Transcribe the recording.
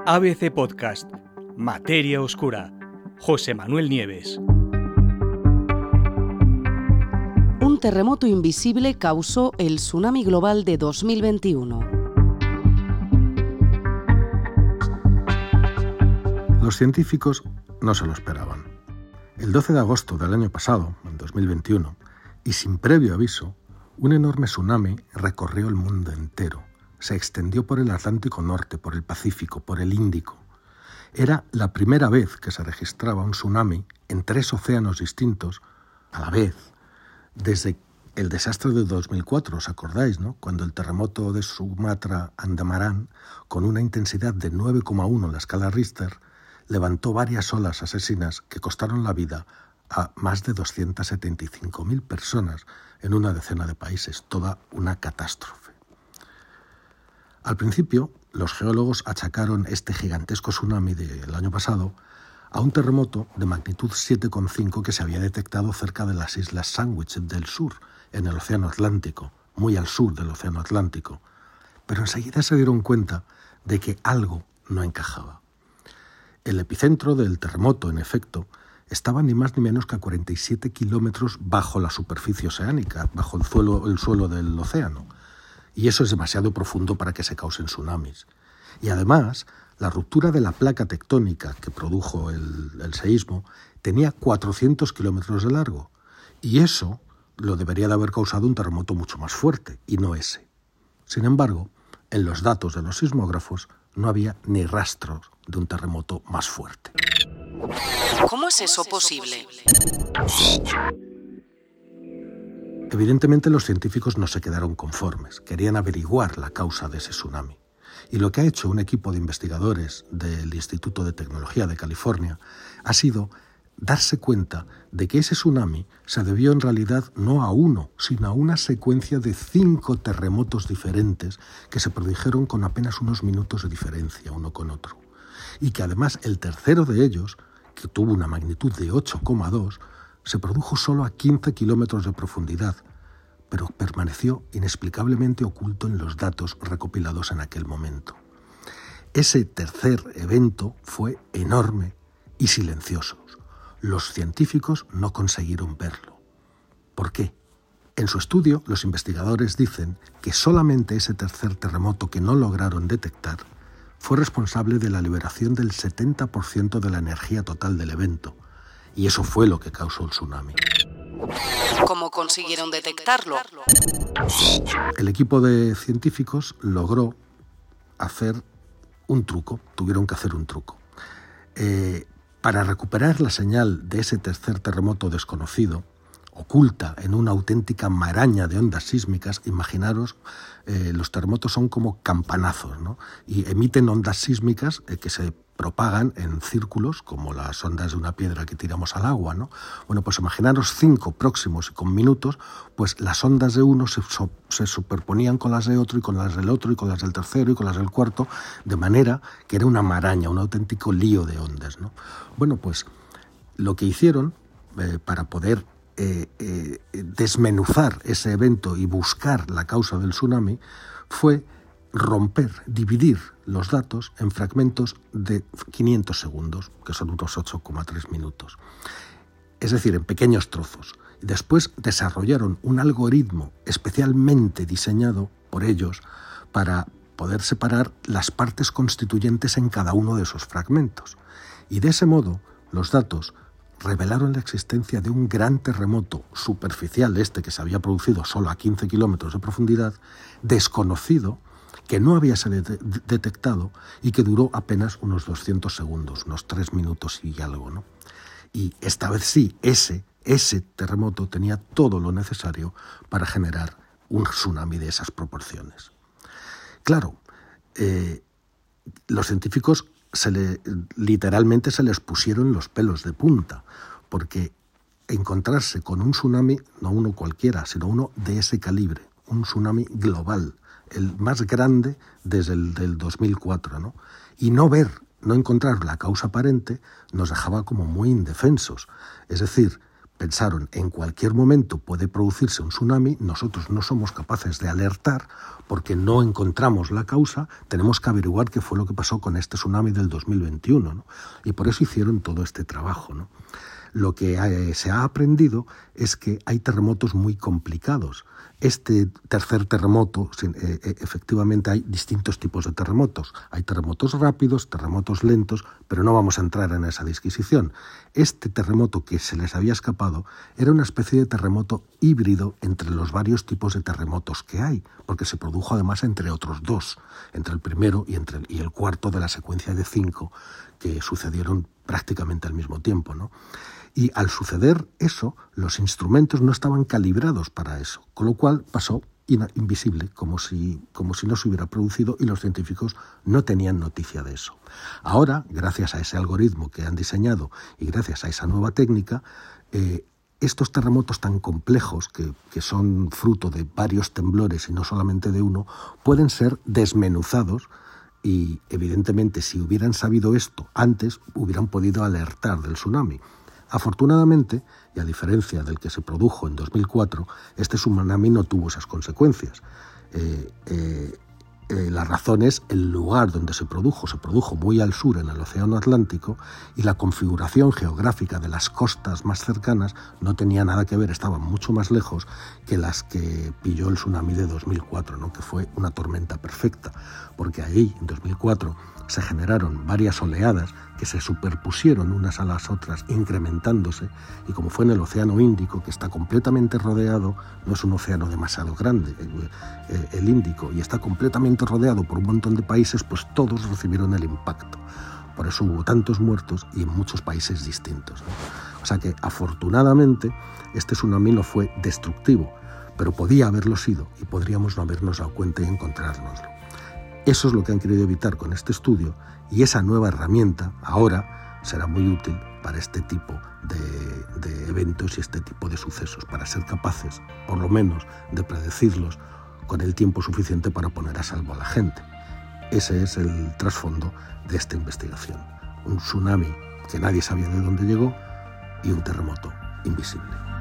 ABC Podcast, Materia Oscura, José Manuel Nieves. Un terremoto invisible causó el tsunami global de 2021. Los científicos no se lo esperaban. El 12 de agosto del año pasado, en 2021, y sin previo aviso, un enorme tsunami recorrió el mundo entero. Se extendió por el Atlántico Norte, por el Pacífico, por el Índico. Era la primera vez que se registraba un tsunami en 3 océanos distintos a la vez. Desde el desastre de 2004, ¿os acordáis, no? Cuando el terremoto de Sumatra, Andamarán, con una intensidad de 9,1 en la escala Richter, levantó varias olas asesinas que costaron la vida a más de 275.000 personas en una decena de países. Toda una catástrofe. Al principio, los geólogos achacaron este gigantesco tsunami del año pasado a un terremoto de magnitud 7,5 que se había detectado cerca de las Islas Sandwich del sur, en el Océano Atlántico, muy al sur del Océano Atlántico. Pero enseguida se dieron cuenta de que algo no encajaba. El epicentro del terremoto, en efecto, estaba ni más ni menos que a 47 kilómetros bajo la superficie oceánica, bajo el suelo del océano. Y eso es demasiado profundo para que se causen tsunamis. Y además, la ruptura de la placa tectónica que produjo el seísmo tenía 400 kilómetros de largo. Y eso lo debería de haber causado un terremoto mucho más fuerte, y no ese. Sin embargo, en los datos de los sismógrafos no había ni rastros de un terremoto más fuerte. ¿Cómo es eso posible? Evidentemente los científicos no se quedaron conformes, querían averiguar la causa de ese tsunami. Y lo que ha hecho un equipo de investigadores del Instituto de Tecnología de California ha sido darse cuenta de que ese tsunami se debió en realidad no a uno, sino a una secuencia de 5 terremotos diferentes que se produjeron con apenas unos minutos de diferencia uno con otro. Y que además el tercero de ellos, que tuvo una magnitud de 8,2, se produjo solo a 15 kilómetros de profundidad, pero permaneció inexplicablemente oculto en los datos recopilados en aquel momento. Ese tercer evento fue enorme y silencioso. Los científicos no consiguieron verlo. ¿Por qué? En su estudio, los investigadores dicen que solamente ese tercer terremoto que no lograron detectar fue responsable de la liberación del 70% de la energía total del evento. Y eso fue lo que causó el tsunami. ¿Cómo consiguieron detectarlo? El equipo de científicos logró hacer un truco, tuvieron que hacer un truco. Para recuperar la señal de ese tercer terremoto desconocido, oculta en una auténtica maraña de ondas sísmicas, imaginaros, los terremotos son como campanazos, ¿no? Y emiten ondas sísmicas que se propagan en círculos, como las ondas de una piedra que tiramos al agua, ¿no? Bueno, pues imaginaros 5 próximos y con minutos, pues las ondas de uno se superponían con las de otro y con las del otro y con las del tercero y con las del cuarto, de manera que era una maraña, un auténtico lío de ondas, ¿no? Bueno, pues lo que hicieron para poder desmenuzar ese evento y buscar la causa del tsunami fue dividir los datos en fragmentos de 500 segundos, que son unos 8,3 minutos. Es decir, en pequeños trozos. Después desarrollaron un algoritmo especialmente diseñado por ellos para poder separar las partes constituyentes en cada uno de esos fragmentos. Y de ese modo, los datos revelaron la existencia de un gran terremoto superficial, que se había producido solo a 15 kilómetros de profundidad, desconocido, que no había sido detectado y que duró apenas unos 200 segundos, unos 3 minutos y algo, ¿no? Y esta vez sí, ese terremoto tenía todo lo necesario para generar un tsunami de esas proporciones. Claro, los científicos literalmente se les pusieron los pelos de punta, porque encontrarse con un tsunami, no uno cualquiera, sino uno de ese calibre, un tsunami global, el más grande desde el del 2004, ¿no? Y no encontrar la causa aparente nos dejaba como muy indefensos. Es decir, pensaron, en cualquier momento puede producirse un tsunami, nosotros no somos capaces de alertar porque no encontramos la causa, tenemos que averiguar qué fue lo que pasó con este tsunami del 2021, ¿no? Y por eso hicieron todo este trabajo, ¿no? Lo que se ha aprendido es que hay terremotos muy complicados. Este tercer terremoto, efectivamente hay distintos tipos de terremotos. Hay terremotos rápidos, terremotos lentos, pero no vamos a entrar en esa disquisición. Este terremoto que se les había escapado era una especie de terremoto híbrido entre los varios tipos de terremotos que hay, porque se produjo además entre otros dos, entre el primero y el cuarto de la secuencia de 5 que sucedieron prácticamente al mismo tiempo, ¿no? Y al suceder eso, los instrumentos no estaban calibrados para eso, con lo cual pasó invisible, como si no se hubiera producido, y los científicos no tenían noticia de eso. Ahora, gracias a ese algoritmo que han diseñado y gracias a esa nueva técnica, estos terremotos tan complejos, que son fruto de varios temblores y no solamente de uno, pueden ser desmenuzados. Y evidentemente, si hubieran sabido esto antes, hubieran podido alertar del tsunami. Afortunadamente, y a diferencia del que se produjo en 2004, este tsunami no tuvo esas consecuencias. La razón es el lugar donde se produjo muy al sur en el Océano Atlántico, y la configuración geográfica de las costas más cercanas no tenía nada que ver, estaban mucho más lejos que las que pilló el tsunami de 2004, ¿no? Que fue una tormenta perfecta, porque ahí, en 2004, se generaron varias oleadas que se superpusieron unas a las otras, incrementándose, y como fue en el Océano Índico, que está completamente rodeado, no es un océano demasiado grande, el Índico, y está completamente rodeado por un montón de países, pues todos recibieron el impacto. Por eso hubo tantos muertos y en muchos países distintos, ¿no? O sea que, afortunadamente, este tsunami no fue destructivo, pero podía haberlo sido, y podríamos no habernos dado cuenta y encontrárnoslo. Eso es lo que han querido evitar con este estudio, y esa nueva herramienta ahora será muy útil para este tipo de eventos y este tipo de sucesos, para ser capaces, por lo menos, de predecirlos con el tiempo suficiente para poner a salvo a la gente. Ese es el trasfondo de esta investigación. Un tsunami que nadie sabía de dónde llegó y un terremoto invisible.